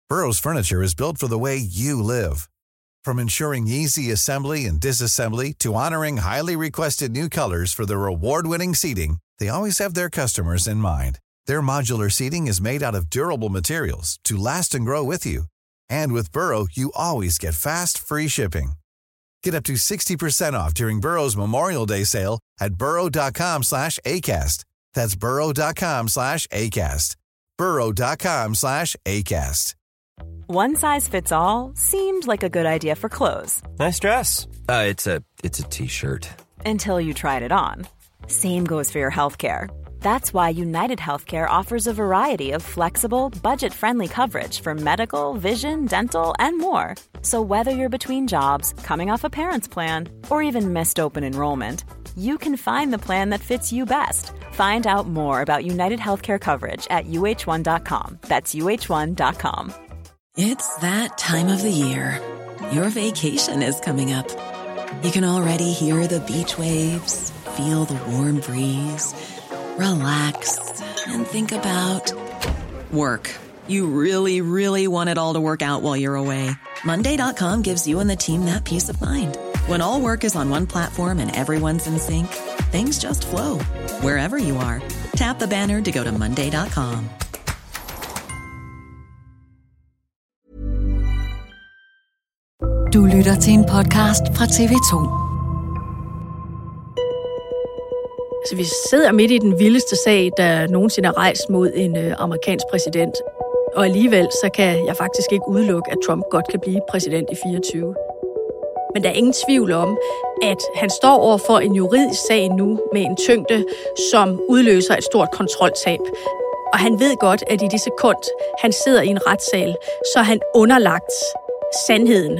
Burrow's furniture is built for the way you live. From ensuring easy assembly and disassembly to honoring highly requested new colors for their award-winning seating, they always have their customers in mind. Their modular seating is made out of durable materials to last and grow with you. And with Burrow, you always get fast, free shipping. Get up to 60% off during Burrow's Memorial Day sale at burrow.com/ACAST. That's burrow.com/ACAST. burrow.com/ACAST. One size fits all seemed like a good idea for clothes. Nice dress. It's a t-shirt. Until you tried it on. Same goes for your healthcare. That's why United Healthcare offers a variety of flexible, budget-friendly coverage for medical, vision, dental, and more. So whether you're between jobs, coming off a parent's plan, or even missed open enrollment, you can find the plan that fits you best. Find out more about United Healthcare coverage at uh1.com. That's uh1.com. It's that time of the year. Your vacation is coming up. You can already hear the beach waves, feel the warm breeze, relax, and think about work. You really, really want it all to work out while you're away. Monday.com gives you and the team that peace of mind. When all work is on one platform and everyone's in sync, things just flow. Wherever you are, tap the banner to go to Monday.com. Du lytter til en podcast fra TV2. Så vi sidder midt i den vildeste sag, der nogensinde er rejst mod en amerikansk præsident. Og alligevel så kan jeg faktisk ikke udelukke, at Trump godt kan blive præsident i 24. Men der er ingen tvivl om, at han står over for en juridisk sag nu med en tyngde, som udløser et stort kontroltab. Og han ved godt, at i det sekund, han sidder i en retssal, så er han underlagt sandheden.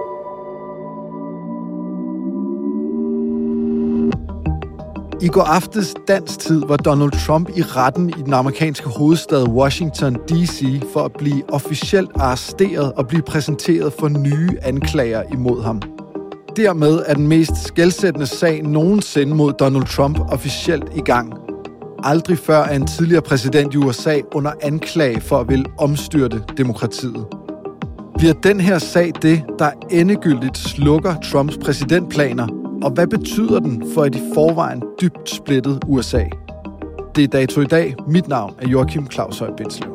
I går aftes dansk tid var Donald Trump i retten i den amerikanske hovedstad Washington D.C. for at blive officielt arresteret og blive præsenteret for nye anklager imod ham. Dermed er den mest skelsættende sag nogensinde mod Donald Trump officielt i gang. Aldrig før er en tidligere præsident i USA under anklage for at ville omstyrte demokratiet. Bliver den her sag det, der endegyldigt slukker Trumps præsidentplaner? Og hvad betyder den for et i forvejen dybt splittet USA? Det er Dato i dag. Mit navn er Joachim Claus Høj Bindslev.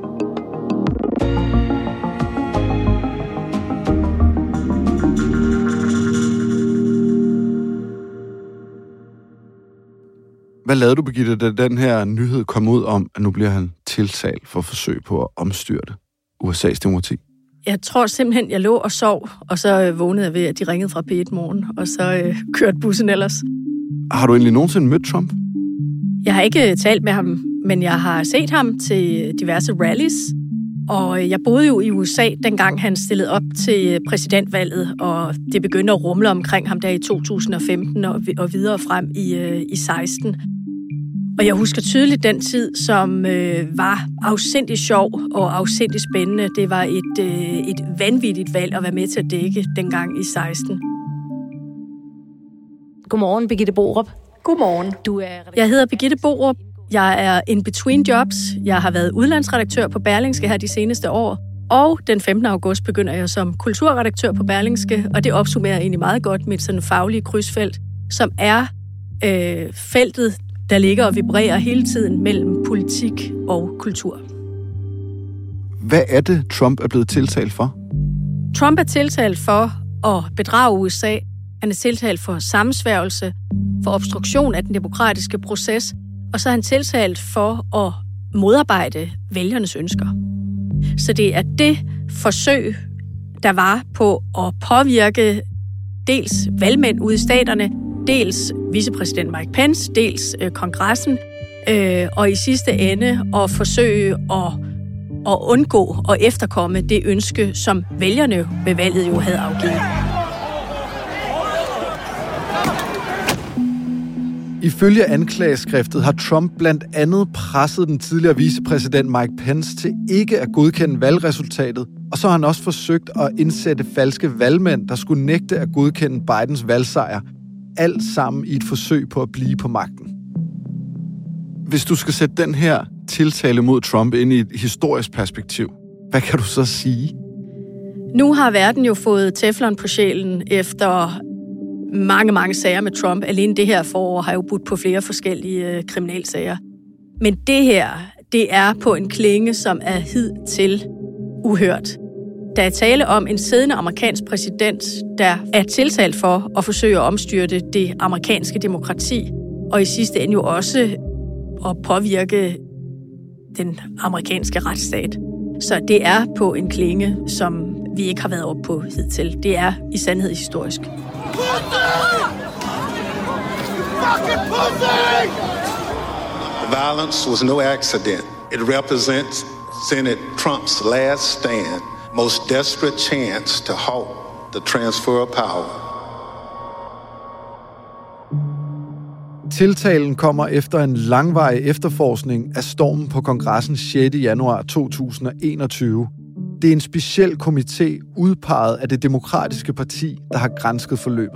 Hvad lavede du, Birgitte, da den her nyhed kom ud om, at nu bliver han tiltalt for forsøg på at omstyrte USA's demokrati? Jeg tror simpelthen, jeg lå og sov, og så vågnede jeg ved, at de ringede fra P1 Morgen, og så kørte bussen ellers. Har du egentlig nogensinde mødt Trump? Jeg har ikke talt med ham, men jeg har set ham til diverse rallies, og jeg boede jo i USA, dengang han stillede op til præsidentvalget, og det begyndte at rumle omkring ham der i 2015 og videre frem i 16. Og jeg husker tydeligt den tid, som var afsindig sjov og afsindig spændende. Det var et vanvittigt valg at være med til at dække dengang i 16. Godmorgen, Birgitte Borup. Godmorgen. Jeg hedder Birgitte Borup. Jeg er in between jobs. Jeg har været udlandsredaktør på Berlingske her de seneste år. Og den 15. august begynder jeg som kulturredaktør på Berlingske, og det opsummerer egentlig meget godt mit sådan faglige krydsfelt, som er feltet, der ligger og vibrerer hele tiden mellem politik og kultur. Hvad er det, Trump er blevet tiltalt for? Trump er tiltalt for at bedrage USA. Han er tiltalt for sammensværgelse, for obstruktion af den demokratiske proces, og så er han tiltalt for at modarbejde vælgernes ønsker. Så det er det forsøg, der var på at påvirke dels valgmænd ude i staterne, dels vicepræsident Mike Pence, dels kongressen, og i sidste ende at forsøge at undgå og efterkomme det ønske, som vælgerne ved valget jo havde afgivet. Ifølge anklageskriftet har Trump blandt andet presset den tidligere vicepræsident Mike Pence til ikke at godkende valgresultatet, og så har han også forsøgt at indsætte falske valgmænd, der skulle nægte at godkende Bidens valgsejr. Alt sammen i et forsøg på at blive på magten. Hvis du skal sætte den her tiltale mod Trump ind i et historisk perspektiv, hvad kan du så sige? Nu har verden jo fået teflon på sjælen efter mange sager med Trump. Alene det her forår har jo budt på flere forskellige kriminalsager. Men det her, det er på en klinge, som er hidtil uhørt. Der er tale om en siddende amerikansk præsident, der er tiltalt for at forsøge at omstyrte det amerikanske demokrati, og i sidste ende jo også at påvirke den amerikanske retsstat. Så det er på en klinge, som vi ikke har været oppe på hidtil. Det er i sandhed historisk. The violence was no accident. It represents Senate Trump's last stand, most desperate chance to halt the transfer of power. Tiltalen kommer efter en langvarig efterforskning af stormen på kongressen 6. januar 2021. Det er en speciel komité udpeget af det demokratiske parti, der har gransket forløbet.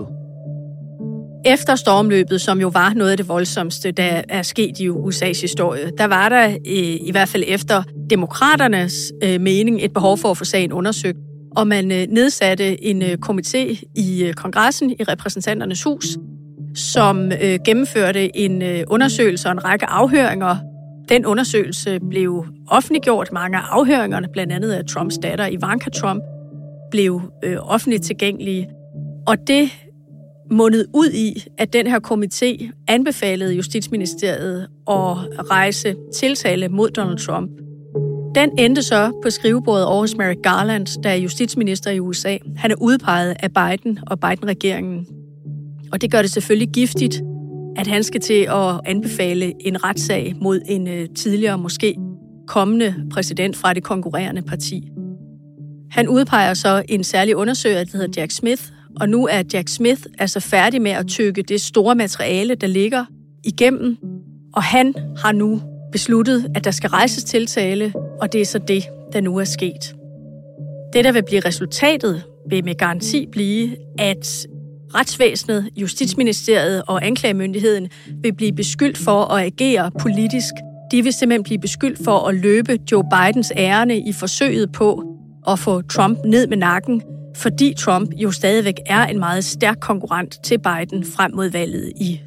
Efter stormløbet, som jo var noget af det voldsomste, der er sket i USA's historie, der var der i hvert fald efter demokraternes mening et behov for at få sagen undersøgt. Og man nedsatte en komité i kongressen, i repræsentanternes hus, som gennemførte en undersøgelse og en række afhøringer. Den undersøgelse blev offentliggjort. Mange af afhøringerne, blandt andet af Trumps datter Ivanka Trump, blev offentligt tilgængelige. Og det mundede ud i, at den her komité anbefalede Justitsministeriet at rejse tiltale mod Donald Trump. Den endte så på skrivebordet over hos Merrick Garland, der er justitsminister i USA. Han er udpeget af Biden og Biden-regeringen. Og det gør det selvfølgelig giftigt, at han skal til at anbefale en retssag mod en tidligere, måske kommende præsident fra det konkurrerende parti. Han udpeger så en særlig undersøger, der hedder Jack Smith, og nu er Jack Smith altså færdig med at tykke det store materiale, der ligger igennem, og han har nu besluttet, at der skal rejses tiltale, og det er så det, der nu er sket. Det, der vil blive resultatet, vil med garanti blive, at retsvæsenet, Justitsministeriet og anklagemyndigheden vil blive beskyldt for at agere politisk. De vil simpelthen blive beskyldt for at løbe Joe Bidens ærinde i forsøget på at få Trump ned med nakken, fordi Trump jo stadigvæk er en meget stærk konkurrent til Biden frem mod valget i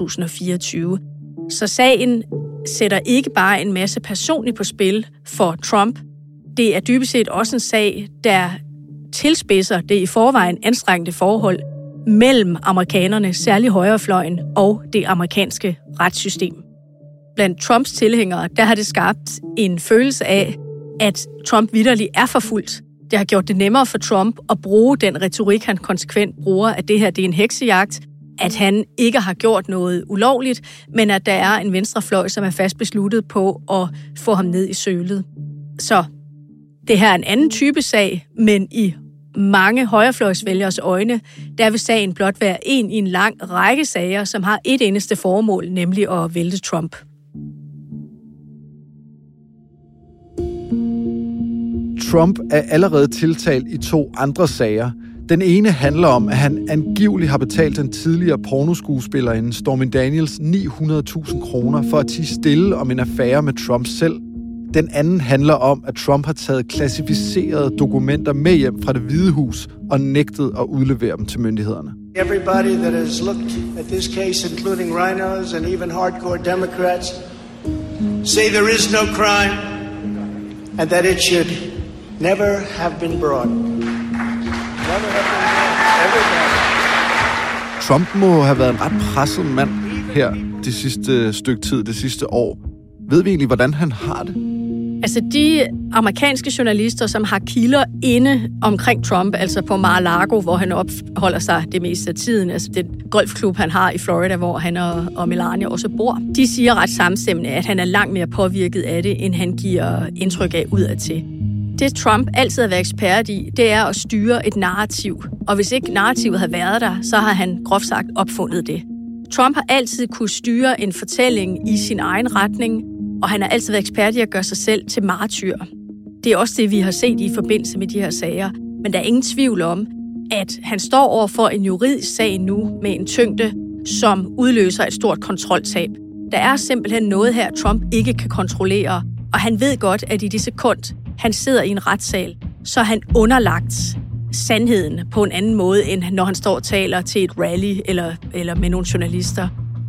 2024. Så sagen sætter ikke bare en masse personligt på spil for Trump. Det er dybest set også en sag, der tilspidser det i forvejen anstrengte forhold mellem amerikanerne, særlig højrefløjen, og det amerikanske retssystem. Blandt Trumps tilhængere, der har det skabt en følelse af, at Trump vitterlig er forfulgt. Det har gjort det nemmere for Trump at bruge den retorik, han konsekvent bruger, at det her det er en heksejagt, at han ikke har gjort noget ulovligt, men at der er en venstrefløj, som er fast besluttet på at få ham ned i sølet. Så det her er en anden type sag, men i mange højrefløjsvælgeres øjne, der vil sagen blot være en i en lang række sager, som har et eneste formål, nemlig at vælte Trump. Trump er allerede tiltalt i 2 andre sager. Den ene handler om, at han angiveligt har betalt den tidligere pornoskuespillerinde Stormy Daniels 900.000 kroner for at tie stille om en affære med Trump selv. Den anden handler om, at Trump har taget klassificerede dokumenter med hjem fra Det Hvide Hus og nægtet at udlevere dem til myndighederne. Everybody that has looked at this case, including rhinos and even hardcore Democrats, say there is no crime and that it should never have been brought. Never have been brought. Trump må have været en ret presset mand her det sidste stykke tid, det sidste år. Ved vi egentlig, hvordan han har det? Altså de amerikanske journalister, som har kilder inde omkring Trump, altså på Mar-a-Lago, hvor han opholder sig det meste af tiden, altså den golfklub, han har i Florida, hvor han og Melania også bor, de siger ret samstemmende, at han er langt mere påvirket af det, end han giver indtryk af udadtil. Det Trump altid har været ekspert i, det er at styre et narrativ. Og hvis ikke narrativet havde været der, så har han groft sagt opfundet det. Trump har altid kunne styre en fortælling i sin egen retning, og han har altid været ekspert i at gøre sig selv til martyr. Det er også det, vi har set i forbindelse med de her sager. Men der er ingen tvivl om, at han står over for en juridisk sag nu med en tyngde, som udløser et stort kontroltab. Der er simpelthen noget her, Trump ikke kan kontrollere, og han ved godt, at i det sekund, han sidder i en retssal, så er han underlagt sandheden på en anden måde, end når han står og taler til et rally eller med nogle journalister.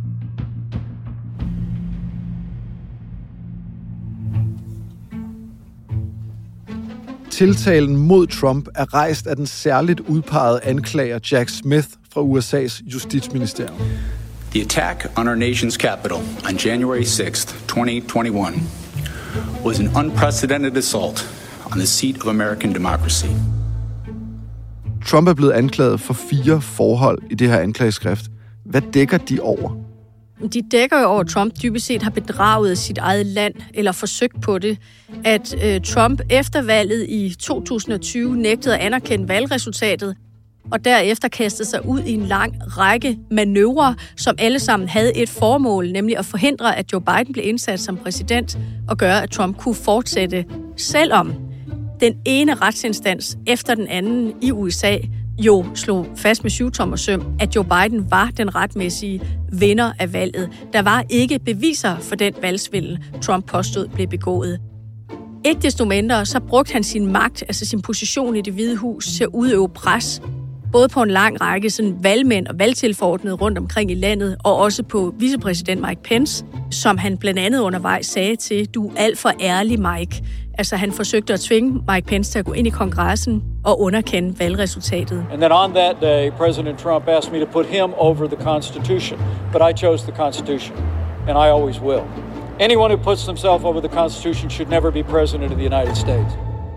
Tiltalen mod Trump er rejst af den særligt udpegede anklager Jack Smith fra USA's justitsministerium. The attack on our nation's capital on January 6th, 2021 was an unprecedented assault on the seat of American democracy. Trump er blevet anklaget for 4 forhold i det her anklageskrift. Hvad dækker de over? De dækker jo over, at Trump dybest set har bedraget sit eget land, eller forsøgt på det. At Trump efter valget i 2020 nægtede at anerkende valgresultatet, og derefter kastede sig ud i en lang række manøvrer, som alle sammen havde et formål, nemlig at forhindre, at Joe Biden blev indsat som præsident, og gøre, at Trump kunne fortsætte, selvom den ene retsinstans efter den anden i USA jo slog fast med syvtommersøm, at Joe Biden var den retmæssige vinder af valget. Der var ikke beviser for den valgsvindel, Trump påstod blev begået. Ikke desto mindre, så brugte han sin magt, altså sin position i Det Hvide Hus, til at udøve pres, både på en lang række sådan valgmænd og valgtilforordnede rundt omkring i landet, og også på vicepræsident Mike Pence, som han blandt andet undervejs sagde til, du er alt for ærlig, Mike. Altså han forsøgte at tvinge Mike Pence til at gå ind i kongressen og underkende valgresultatet. And then on that day, President Trump asked me to put him over the Constitution, but I chose the Constitution, and I always will. Anyone who puts themselves over the Constitution should never be president of the United States.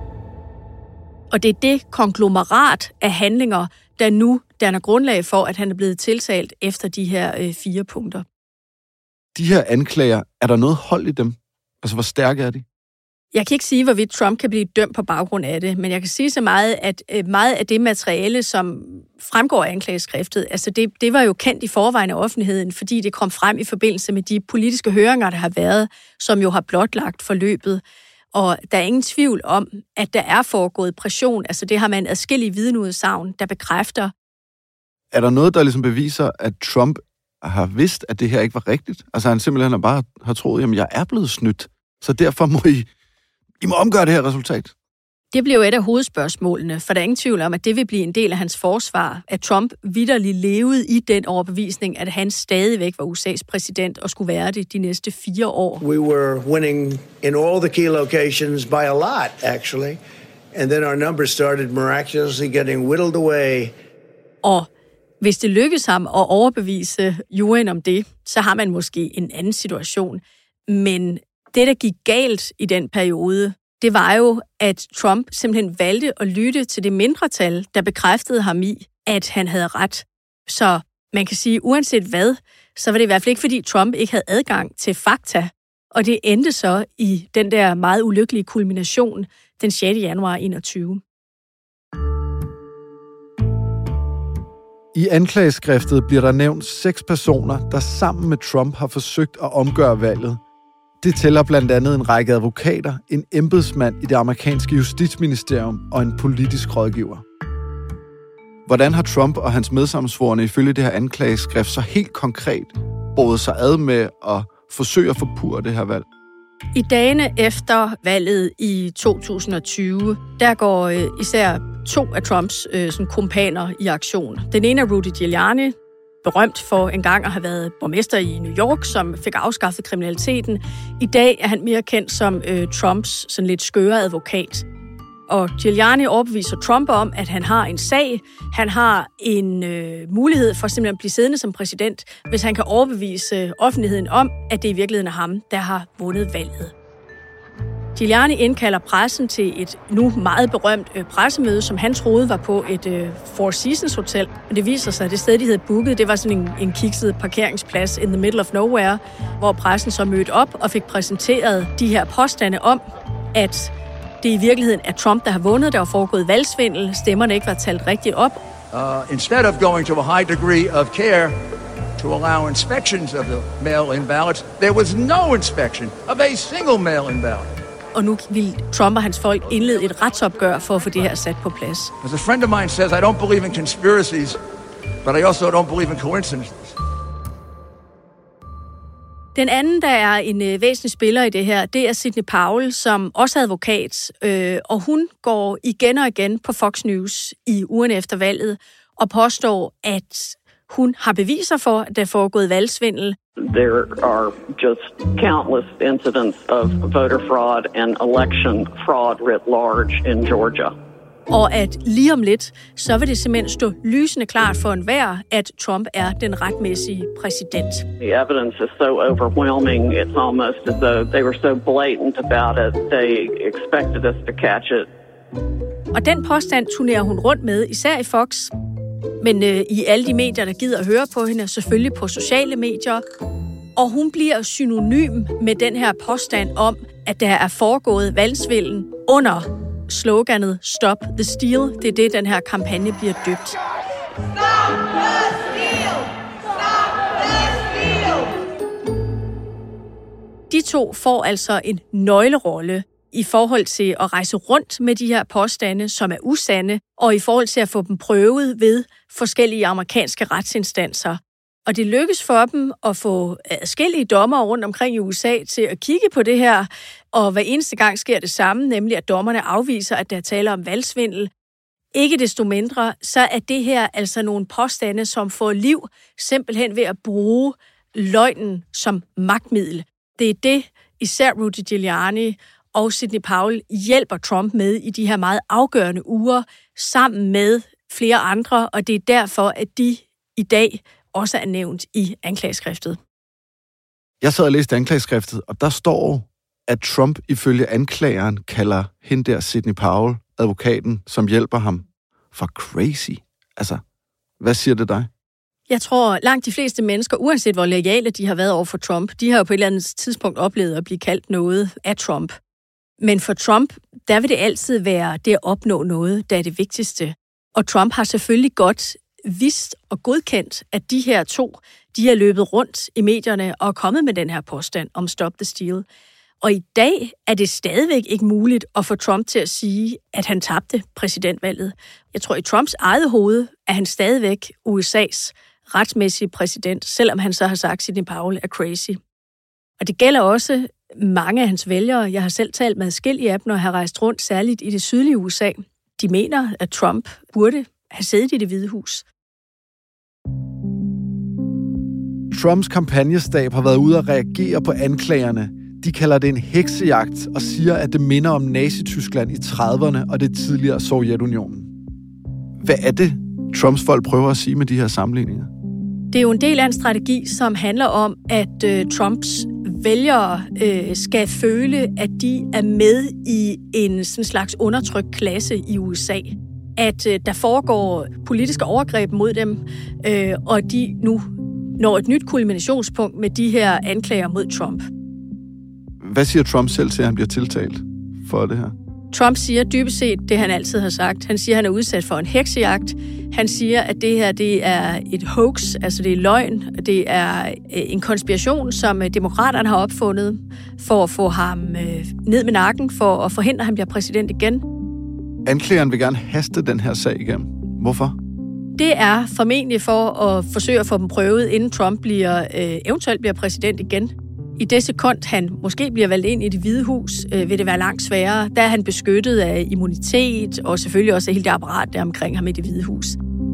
Og det er det konglomerat af handlinger, der nu danner grundlag for, at han er blevet tiltalt efter de her 4 punkter. De her anklager, er der noget hold i dem? Altså, hvor stærke er de? Jeg kan ikke sige, hvorvidt Trump kan blive dømt på baggrund af det, men jeg kan sige så meget, at meget af det materiale, som fremgår af anklageskriftet, altså det var jo kendt i forvejen af offentligheden, fordi det kom frem i forbindelse med de politiske høringer, der har været, som jo har blotlagt forløbet. Og der er ingen tvivl om, at der er foregået pression. Altså det har man adskillige vidneudsagn, der bekræfter. Er der noget, der ligesom beviser, at Trump har vidst, at det her ikke var rigtigt? Altså han simpelthen bare har troet, jamen jeg er blevet snydt, så derfor må I må omgøre det her resultat. Det bliver jo et af hovedspørgsmålene, for der er ingen tvivl om, at det vil blive en del af hans forsvar, at Trump vitterligt levede i den overbevisning, at han stadigvæk var USA's præsident og skulle være det de næste 4 år. We were winning in all the key locations by a lot, actually. And then our numbers started miraculously getting whittled away. Og hvis det lykkes ham at overbevise juryen om det, så har man måske en anden situation. Men det, der gik galt i den periode, det var jo, at Trump simpelthen valgte at lytte til det mindretal, der bekræftede ham i, at han havde ret. Så man kan sige, uanset hvad, så var det i hvert fald ikke, fordi Trump ikke havde adgang til fakta. Og det endte så i den der meget ulykkelige kulmination den 6. januar 2021. I anklageskriftet bliver der nævnt 6 personer, der sammen med Trump har forsøgt at omgøre valget. Det tæller blandt andet en række advokater, en embedsmand i det amerikanske justitsministerium og en politisk rådgiver. Hvordan har Trump og hans medsammensvorne ifølge det her anklageskrift så helt konkret båret sig ad med at forsøge at forpurre det her valg? I dagene efter valget i 2020, der går især 2 af Trumps kumpaner i aktion. Den ene er Rudy Giuliani, berømt for engang at have været borgmester i New York, som fik afskaffet kriminaliteten. I dag er han mere kendt som Trumps sådan lidt skøre advokat. Og Giuliani overbeviser Trump om, at han har en sag. Han har en mulighed for simpelthen at blive siddende som præsident, hvis han kan overbevise offentligheden om, at det i virkeligheden er ham, der har vundet valget. Giuliani indkalder pressen til et nu meget berømt pressemøde, som han troede var på et Four Seasons Hotel. Og det viser sig, at det sted, de havde booket, det var sådan en kikset parkeringsplads in the middle of nowhere, hvor pressen så mødte op og fik præsenteret de her påstande om, at det i virkeligheden er Trump, der har vundet. Der var foregået valgsvindel. Stemmerne ikke var talt rigtigt op. Instead of going to a high degree of care to allow inspections of the mail-in ballots, there was no inspection of a single mail-in ballot. Og nu vil Trump og hans folk indlede et retsopgør for at få det her sat på plads. As a friend of mine says, I don't believe in conspiracies, but I also don't believe in coincidences. Den anden, der er en væsentlig spiller i det her, det er Sidney Powell, som også er advokat, og hun går igen og igen på Fox News i ugen efter valget og påstår, at hun har beviser for, at der er foregået valgsvindel. There are just countless incidents of voter fraud and election fraud writ large in Georgia. Og at lige om lidt, så vil det simpelthen stå lysende klart for enhver, at Trump er den retmæssige præsident. The evidence is so overwhelming, it's almost as though they were so blatant about it, they expected us to catch it. Og den påstand turnerer hun rundt med, især i Fox, men i alle de medier, der gider at høre på hende, selvfølgelig på sociale medier. Og hun bliver synonym med den her påstand om, at der er foregået valgsvindel under sloganet Stop the Steal. Det er det, den her kampagne bliver døbt. Stop the steal! Stop the steal! De to får altså en nøglerolle i forhold til at rejse rundt med de her påstande, som er usande, og i forhold til at få dem prøvet ved forskellige amerikanske retsinstanser. Og det lykkes for dem at få adskillige dommere rundt omkring i USA til at kigge på det her, og hver eneste gang sker det samme, nemlig at dommerne afviser, at der taler om valgsvindel. Ikke desto mindre, så er det her altså nogle påstande, som får liv simpelthen ved at bruge løgnen som magtmiddel. Det er det, især Rudy Giuliani og Sidney Powell hjælper Trump med i de her meget afgørende uger, sammen med flere andre, og det er derfor, at de i dag også er nævnt i anklageskriftet. Jeg sad og læste anklageskriftet, og der står, at Trump ifølge anklageren kalder hende der Sidney Powell, advokaten, som hjælper ham, for crazy. Altså, hvad siger det dig? Jeg tror, langt de fleste mennesker, uanset hvor loyale de har været over for Trump, de har jo på et eller andet tidspunkt oplevet at blive kaldt noget af Trump. Men for Trump, der vil det altid være det at opnå noget, der er det vigtigste. Og Trump har selvfølgelig godt vidst og godkendt, at de her to, de er løbet rundt i medierne og er kommet med den her påstand om Stop the Steal. Og i dag er det stadigvæk ikke muligt at få Trump til at sige, at han tabte præsidentvalget. Jeg tror, i Trumps eget hoved er han stadigvæk USA's retsmæssige præsident, selvom han så har sagt, at Sidney Powell er crazy. Og det gælder også mange af hans vælgere. Jeg har selv talt med adskillige af dem, når jeg har rejst rundt, særligt i det sydlige USA. De mener, at Trump burde have siddet i Det Hvide Hus. Trumps kampagnestab har været ude at reagere på anklagerne. De kalder det en heksejagt og siger, at det minder om Nazi-Tyskland i 30'erne og det tidligere Sovjetunionen. Hvad er det, Trumps folk prøver at sige med de her sammenligninger? Det er jo en del af en strategi, som handler om, at Trumps vælgere skal føle, at de er med i en sådan slags undertrykt klasse i USA. At der foregår politiske overgreb mod dem, og de nu når et nyt kulminationspunkt med de her anklager mod Trump. Hvad siger Trump selv til, at han bliver tiltalt for det her? Trump siger dybest set det, han altid har sagt. Han siger, at han er udsat for en heksejagt. Han siger, at det her det er et hoax, altså det er løgn. Det er en konspiration, som demokraterne har opfundet for at få ham ned med nakken, for at forhindre, at han bliver præsident igen. Anklageren vil gerne haste den her sag igennem. Hvorfor? Det er formentlig for at forsøge at få dem prøvet, inden Trump eventuelt bliver præsident igen. I det sekund, han måske bliver valgt ind i Det Hvide Hus, vil det være langt sværere. Der er han beskyttet af immunitet, og selvfølgelig også af hele det apparat, der omkring ham i Det Hvide Hus.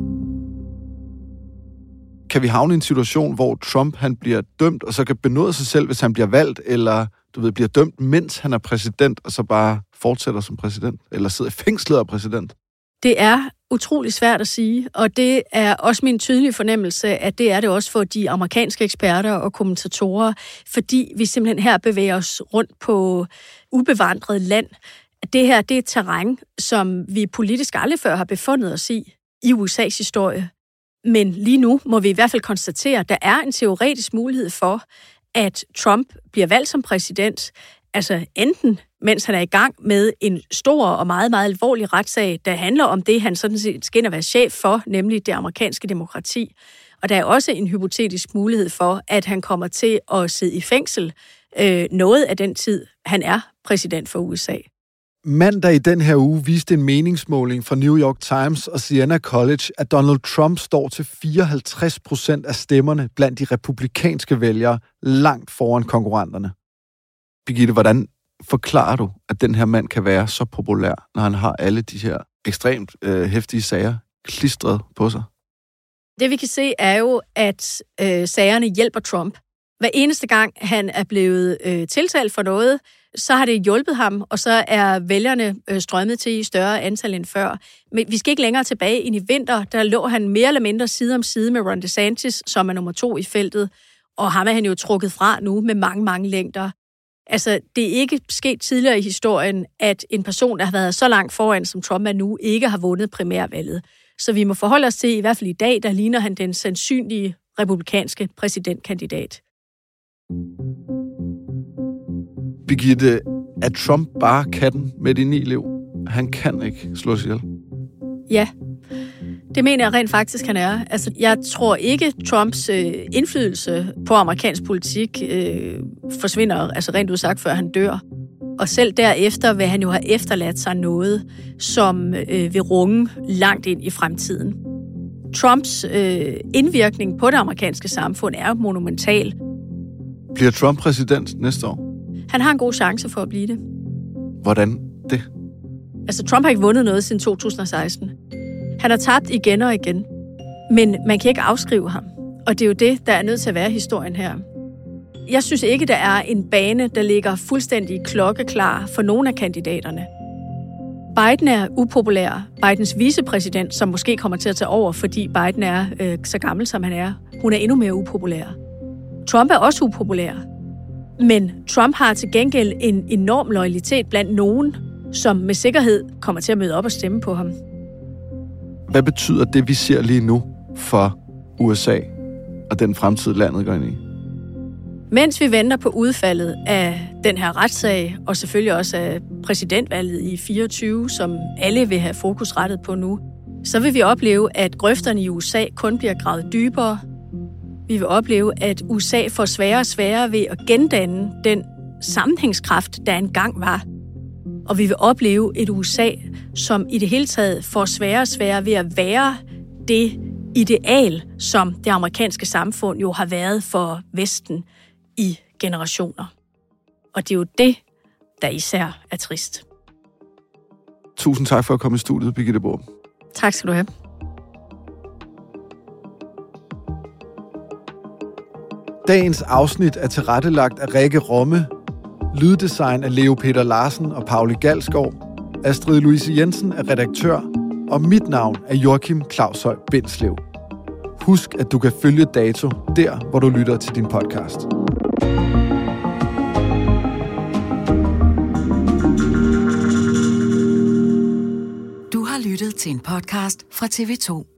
Kan vi havne i en situation, hvor Trump han bliver dømt, og så kan benåde sig selv, hvis han bliver valgt, eller bliver dømt, mens han er præsident, og så bare fortsætter som præsident, eller sidder i fængslet af præsident? Det er utrolig svært at sige, og det er også min tydelige fornemmelse, at det er det også for de amerikanske eksperter og kommentatorer, fordi vi simpelthen her bevæger os rundt på ubevandret land. Det her, det er et terræn, som vi politisk aldrig før har befundet os i USA's historie. Men lige nu må vi i hvert fald konstatere, at der er en teoretisk mulighed for, at Trump bliver valgt som præsident, altså enten mens han er i gang med en stor og meget, meget alvorlig retssag, der handler om det, han sådan set skal ind og være chef for, nemlig det amerikanske demokrati. Og der er også en hypotetisk mulighed for, at han kommer til at sidde i fængsel noget af den tid, han er præsident for USA. Mandag i den her uge viste en meningsmåling fra New York Times og Siena College, at Donald Trump står til 54% af stemmerne blandt de republikanske vælgere, langt foran konkurrenterne. Birgitte, hvordan forklarer du, at den her mand kan være så populær, når han har alle de her ekstremt heftige sager klistret på sig? Det vi kan se er jo, at sagerne hjælper Trump. Hver eneste gang han er blevet tiltalt for noget, så har det hjulpet ham, og så er vælgerne strømmet til i større antal end før. Men vi skal ikke længere tilbage ind i vinter, der lå han mere eller mindre side om side med Ron DeSantis, som er nummer 2 i feltet, og ham er han jo trukket fra nu med mange, mange længder. Altså, det er ikke sket tidligere i historien, at en person, der har været så langt foran, som Trump er nu, ikke har vundet primærvalget. Så vi må forholde os til, i hvert fald i dag, der ligner han den sandsynlige republikanske præsidentkandidat. Birgitte, er Trump bare katten med de 9 liv? Han kan ikke slås ihjel. Ja, det mener jeg rent faktisk, han er. Altså, jeg tror ikke, Trumps indflydelse på amerikansk politik forsvinder, altså rent udsagt, før han dør. Og selv derefter vil han jo have efterladt sig noget, som vil runge langt ind i fremtiden. Trumps indvirkning på det amerikanske samfund er monumental. Bliver Trump præsident næste år? Han har en god chance for at blive det. Hvordan det? Altså, Trump har ikke vundet noget siden 2016. Han har tabt igen og igen. Men man kan ikke afskrive ham. Og det er jo det, der er nødt til at være historien her. Jeg synes ikke, der er en bane, der ligger fuldstændig klokkeklar for nogen af kandidaterne. Biden er upopulær. Bidens vicepræsident, som måske kommer til at tage over, fordi Biden er så gammel, som han er, hun er endnu mere upopulær. Trump er også upopulær. Men Trump har til gengæld en enorm loyalitet blandt nogen, som med sikkerhed kommer til at møde op og stemme på ham. Hvad betyder det, vi ser lige nu for USA og den fremtid, landet går ind i? Mens vi venter på udfaldet af den her retssag, og selvfølgelig også af præsidentvalget i 2024, som alle vil have fokus rettet på nu, så vil vi opleve, at grøfterne i USA kun bliver gravet dybere. Vi vil opleve, at USA får sværere og sværere ved at gendanne den sammenhængskraft, der engang var. Og vi vil opleve et USA, som i det hele taget får sværere og sværere ved at være det ideal, som det amerikanske samfund jo har været for Vesten i generationer. Og det er jo det, der især er trist. Tusind tak for at komme i studiet, Birgitte Borup. Tak skal du have. Dagens afsnit er tilrettelagt af Rikke Romme, lyddesign af Leo Peter Larsen og Pauli Galskov, Astrid Louise Jensen er redaktør, og mit navn er Joachim Claushøj Bindslev. Husk, at du kan følge Dato der, hvor du lytter til din podcast. Du har lyttet til en podcast fra TV2.